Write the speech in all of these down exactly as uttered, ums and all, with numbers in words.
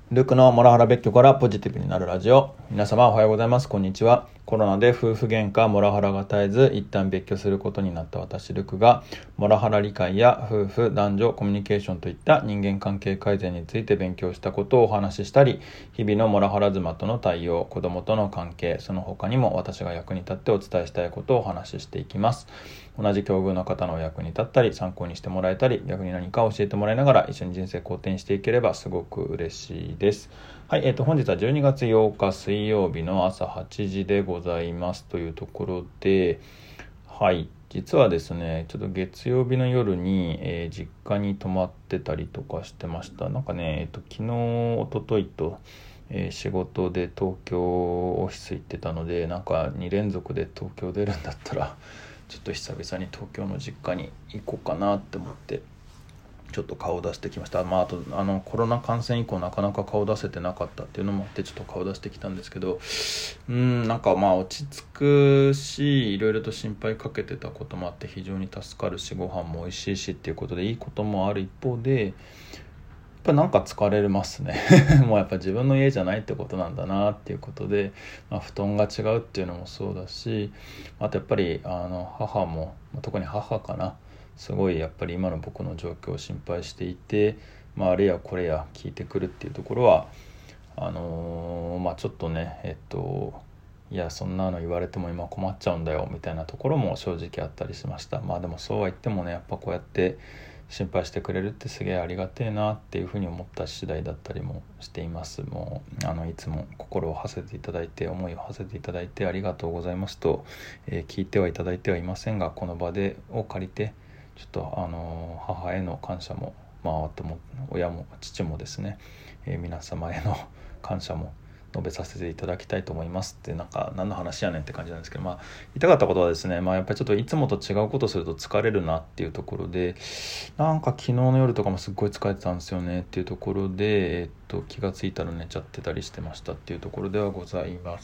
ルークのモラハラ別居からポジティブになるラジオ。皆様おはようございます。こんにちは。コロナで夫婦喧嘩、モラハラが絶えず一旦別居することになった私ルークが、モラハラ理解や夫婦、男女、コミュニケーションといった人間関係改善について勉強したことをお話ししたり、日々のモラハラ妻との対応、子供との関係、その他にも私が役に立ってお伝えしたいことをお話ししていきます。同じ境遇の方のお役に立ったり、参考にしてもらえたり、逆に何か教えてもらいながら一緒に人生好転していければすごく嬉しいです。はい、えーと、本日はじゅうにがつようか水曜日の朝はちじでございますというところで、はい、実はですね、ちょっと月曜日の夜に、えー、実家に泊まってたりとかしてました。なんかね、えーと、昨日、おとといと、えー、仕事で東京オフィス行ってたので、なんかに連続で東京出るんだったら、ちょっと久々に東京の実家に行こうかなって思ってちょっと顔を出してきました。まああとあのコロナ感染以降なかなか顔出せてなかったっていうのもあってちょっと顔出してきたんですけど、うーんなんかまあ落ち着くし、いろいろと心配かけてたこともあって非常に助かるし、ご飯も美味しいしっていうことでいいこともある一方で、やっぱなんか疲れますねもうやっぱ自分の家じゃないってことなんだなっていうことで、まあ、布団が違うっていうのもそうだし、あとやっぱりあの母も特に母かな、すごいやっぱり今の僕の状況を心配していて、まあ、あれやこれや聞いてくるっていうところはあのー、まあちょっとねえっといやそんなの言われても今困っちゃうんだよみたいなところも正直あったりしました。まあでもそうは言ってもね、やっぱこうやって心配してくれるってすげえありがてえなっていうふうに思った次第だったりもしています。もうあのいつも心を馳せていただいて、思いを馳せていただいてありがとうございますと、えー、聞いてはいただいてはいませんが、この場でを借りてちょっとあのー、母への感謝も、まああとも親も父もですね、えー、皆様への感謝も述べさせていただきたいと思いますって、なんか何の話やねんって感じなんですけど、まあ言いたかったことはですね、まあやっぱりちょっといつもと違うことすると疲れるなっていうところで、なんか昨日の夜とかもすっごい疲れてたんですよねっていうところで、えっと気がついたら寝ちゃってたりしてましたっていうところではございます。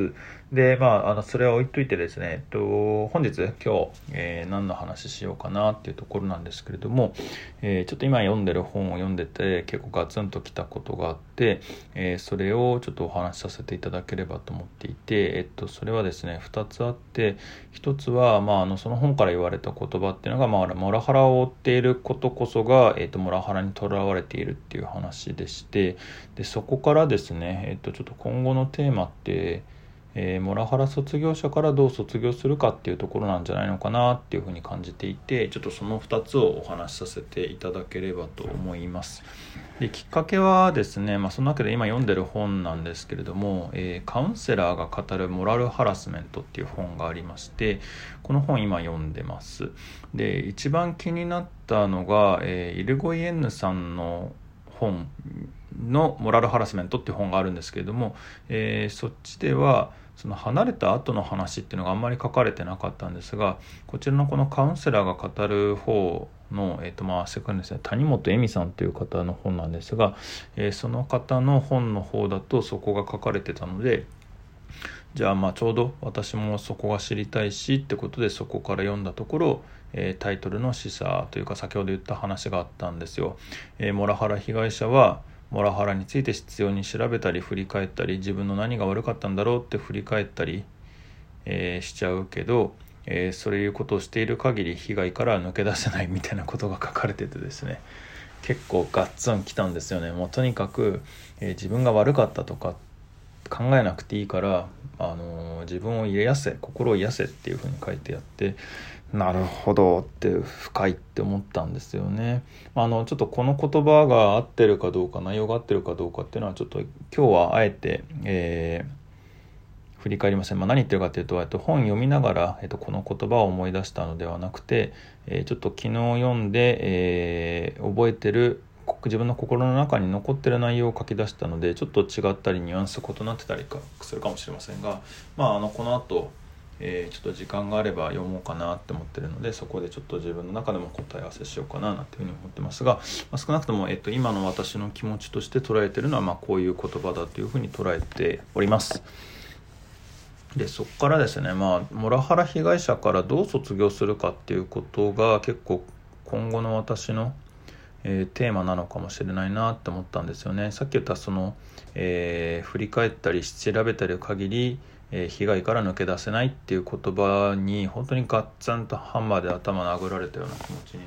でまああのそれは置いといてですね、えっと本日今日、えー、何の話しようかなっていうところなんですけれども、えー、ちょっと今読んでる本を読んでて結構ガツンときたことがあって、えー、それをちょっとお話しさせていただければと思っていて、えっとそれはですねふたつあって、ひとつは、まあ、あのその本から言われた言葉っていうのが、まあ、モラハラを追っていることこそが、えっと、モラハラにとらわれているっていう話でして、でそこからですね、えっと、ちょっと今後のテーマって、えー、モラハラ卒業者からどう卒業するかっていうところなんじゃないのかなっていうふうに感じていて、ちょっとそのふたつをお話しさせていただければと思います。できっかけはですね、まあ、そのわけで今読んでる本なんですけれども、えー、カウンセラーが語るモラルハラスメントっていう本がありまして、この本今読んでます。で一番気になったのが、えー、イルゴイエンヌさんの本のモラルハラスメントっていう本があるんですけれども、えー、そっちではその離れた後の話っていうのがあんまり書かれてなかったんですが、こちらのこのカウンセラーが語る方の、えーとまあ、せっかくですね、谷本恵美さんという方の本なんですが、えー、その方の本の方だとそこが書かれてたので、じゃあまあちょうど私もそこが知りたいしってことでそこから読んだところ、えー、タイトルの示唆というか先ほど言った話があったんですよ。えー、モラハラ被害者はモラハラについて必要に調べたり振り返ったり、自分の何が悪かったんだろうって振り返ったり、えー、しちゃうけど、えー、そういうことをしている限り被害から抜け出せないみたいなことが書かれててですね、結構ガッツンきたんですよね。もうとにかく、えー、自分が悪かったとか考えなくていいから、あのー、自分を癒せ、心を癒せっていう風に書いてやって、なるほどって深いって思ったんですよね。あのちょっとこの言葉が合ってるかどうか、内容が合ってるかどうかっていうのはちょっと今日はあえて、えー、振り返りません。まあ、何言ってるかというと、えっと、本読みながら、えっと、この言葉を思い出したのではなくて、えー、ちょっと昨日読んで、えー、覚えてる自分の心の中に残ってる内容を書き出したので、ちょっと違ったりニュアンス異なってたりするかもしれませんが、まあ、あのこの後えー、ちょっと時間があれば読もうかなって思ってるので、そこでちょっと自分の中でも答え合わせしようかななんていうふうに思ってますが、まあ、少なくとも、えっと、今の私の気持ちとして捉えてるのは、まあ、こういう言葉だというふうに捉えております。でそこからですね、まあ、モラハラ被害者からどう卒業するかっていうことが結構今後の私のえー、テーマなのかもしれないなって思ったんですよね。さっき言ったその、えー、振り返ったり調べたり限り、えー、被害から抜け出せないっていう言葉に本当にガッツンとハンマーで頭殴られたような気持ちになって、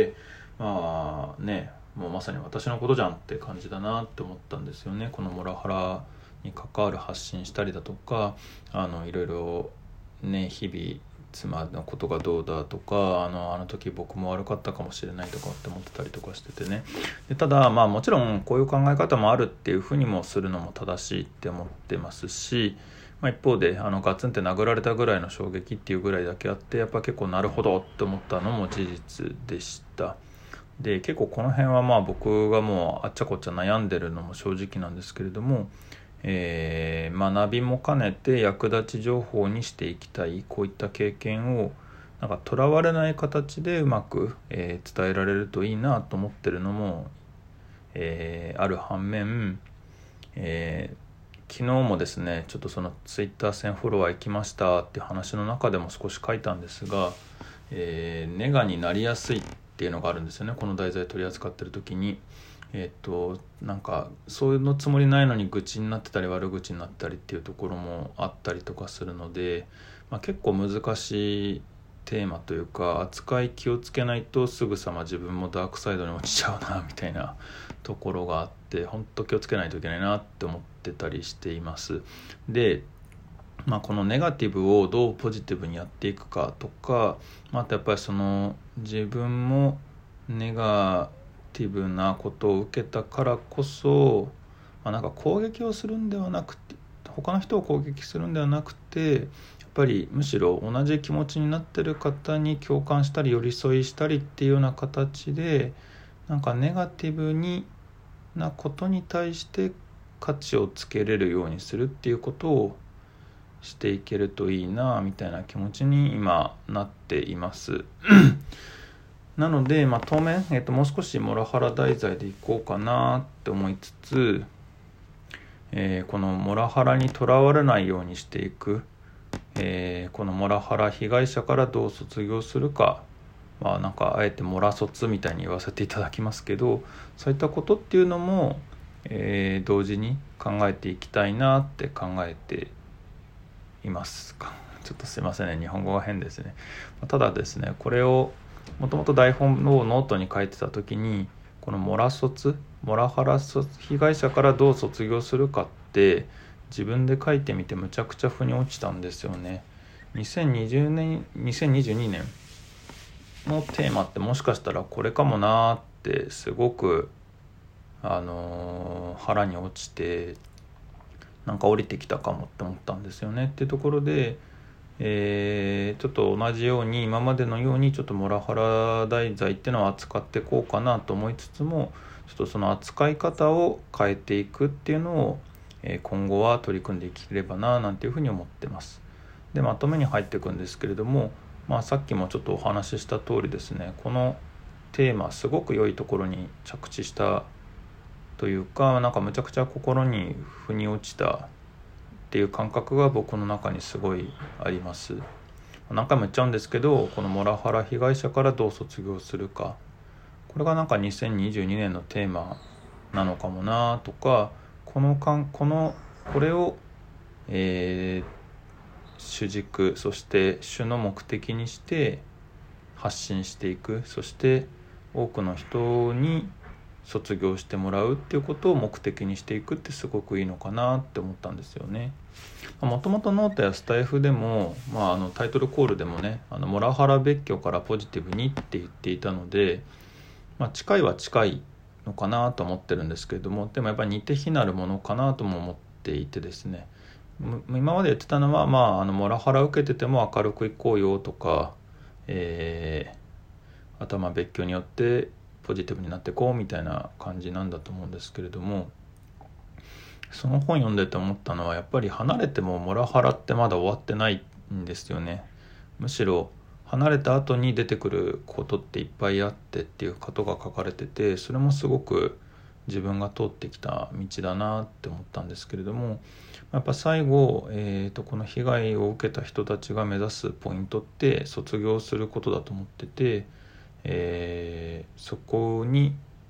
まあね、もうまさに私のことじゃんって感じだなって思ったんですよね。このモラハラに関わる発信したりだとか、あのいろいろね、日々妻のことがどうだとか、あのあの時僕も悪かったかもしれないとかって思ってたりとかしててね。でただまあもちろんこういう考え方もあるっていうふうにもするのも正しいって思ってますし、まあ、一方であのガツンって殴られたぐらいの衝撃っていうぐらいだけあって、やっぱ結構なるほどって思ったのも事実でした。で結構この辺はまあ僕がもうあっちゃこっちゃ悩んでるのも正直なんですけれども、えー、学びも兼ねて役立ち情報にしていきたい、こういった経験をなんかとらわれない形でうまく、えー、伝えられるといいなと思ってるのも、えー、ある反面、えー、昨日もですねちょっとそのツイッターせんフォロワー行きましたっていう話の中でも少し書いたんですが、えー、ネガになりやすいっていうのがあるんですよね。この題材取り扱ってる時にえっとなんかそういうのつもりないのに愚痴になってたり悪口になったりっていうところもあったりとかするので、まあ、結構難しいテーマというか、扱い気をつけないとすぐさま自分もダークサイドに落ちちゃうなみたいなところがあって、本当気をつけないといけないなって思ってたりしています。でまあ、このネガティブをどうポジティブにやっていくかとか、まあ、あとやっぱりその自分もネガティブなことを受けたからこそ、まあ、なんか攻撃をするんではなくて、他の人を攻撃するんではなくて、やっぱりむしろ同じ気持ちになってる方に共感したり寄り添いしたりっていうような形で、なんかネガティブになことに対して価値をつけれるようにするっていうことをしていけるといいなみたいな気持ちに今なっていますなので、まあ、当面、えーと、もう少しモラハラ題材でいこうかなって思いつつ、えー、このモラハラにとらわれないようにしていく、えー、このモラハラ被害者からどう卒業するか、まあ、なんかあえてモラ卒みたいに言わせていただきますけど、そういったことっていうのも、えー、同時に考えていきたいなって考えていますか。ちょっとすいませんね、日本語が変ですね。ただですね、これをもともと台本をノートに書いてた時に、このモラ卒モラハラ被害者からどう卒業するかって自分で書いてみてむちゃくちゃ腑に落ちたんですよね。にせんにじゅうねんにせんにじゅうにねんのテーマってもしかしたらこれかもなーってすごくあのー、腹に落ちて、なんか降りてきたかもって思ったんですよね。っていうところで、えー、ちょっと同じように今までのようにちょっとモラハラ題材っていうのを扱っていこうかなと思いつつも、ちょっとその扱い方を変えていくっていうのを、えー、今後は取り組んでいければななんていうふうに思ってます。でまとめに入っていくんですけれども、まあ、さっきもちょっとお話しした通りですね、このテーマすごく良いところに着地したというか、なんかむちゃくちゃ心に腑に落ちたっていう感覚が僕の中にすごいあります。何回も言っちゃうんですけど、このモラハラ被害者からどう卒業するか、これがなんかにせんにじゅうにねんのテーマなのかもなとか、このかんこのこれを、えー、主軸、そして主の目的にして発信していく、そして多くの人に卒業してもらうっていうことを目的にしていくってすごくいいのかなって思ったんですよね。もともとノートやスタイフでも、まあ、あのタイトルコールでもね、あのモラハラ別居からポジティブにって言っていたので、まあ、近いは近いのかなと思ってるんですけれども、でもやっぱり似て非なるものかなとも思っていてですね、今まで言ってたのは、まあ、あのモラハラ受けてても明るくいこうよとか、えー、頭別居によってポジティブになっていこうみたいな感じなんだと思うんですけれども、その本読んでて思ったのは、やっぱり離れてもモラハラってまだ終わってないんですよね。むしろ離れた後に出てくることっていっぱいあってっていうことが書かれてて、それもすごく自分が通ってきた道だなって思ったんですけれども、やっぱ最後、えーと、この被害を受けた人たちが目指すポイントって卒業することだと思ってて、えー、そこに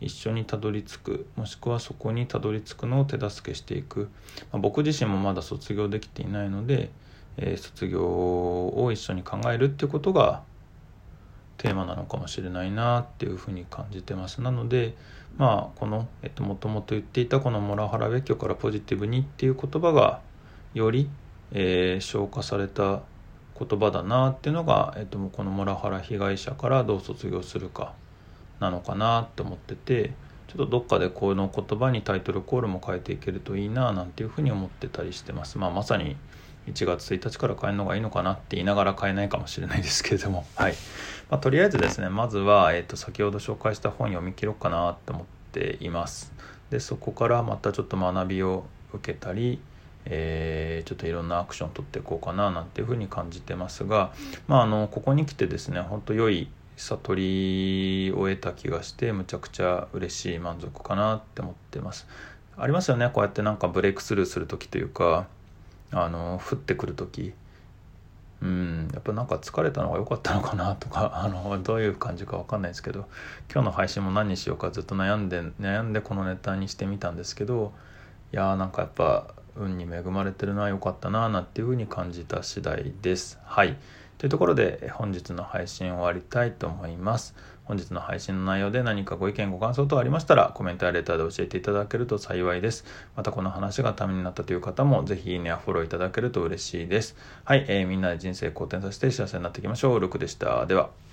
一緒にたどり着く、もしくはそこにたどり着くのを手助けしていく、まあ、僕自身もまだ卒業できていないので、えー、卒業を一緒に考えるっていうことがテーマなのかもしれないなっていうふうに感じてます。なのでまあこの、えっと、もともと言っていたこのモラハラ別居からポジティブにっていう言葉がより、えー、消化された言葉だなっていうのが、えっと、このモラハラ被害者からどう卒業するかなのかなって思ってて、ちょっとどっかでこの言葉にタイトルコールも変えていけるといいななんていうふうに思ってたりしてます。まあまさにいちがつついたちから変えるのがいいのかなって言いながら変えないかもしれないですけれども、はい、まあ、とりあえずですね、まずは、えーと、先ほど紹介した本読み切ろうかなって思っています。でそこからまたちょっと学びを受けたり、えー、ちょっといろんなアクションを取っていこうかななんていうふうに感じてますが、まあ、あのここに来てですね、本当良い悟りを得た気がして、むちゃくちゃ嬉しい満足かなって思ってます。ありますよね、こうやってなんかブレイクスルーする時というか、あの降ってくる時、うんやっぱなんか疲れたのが良かったのかなとか、あのどういう感じか分かんないですけど、今日の配信も何にしようかずっと悩んで悩んでこのネタにしてみたんですけど、いやーなんかやっぱ運に恵まれてるな、良かったななんていう風に感じた次第です。はい、というところで本日の配信終わりたいと思います。本日の配信の内容で何かご意見ご感想等ありましたらコメントやレターで教えていただけると幸いです。またこの話がためになったという方もぜひいいねやフォローいただけると嬉しいです。はい、えー、みんなで人生好転させて幸せになっていきましょう。ルクでした。では。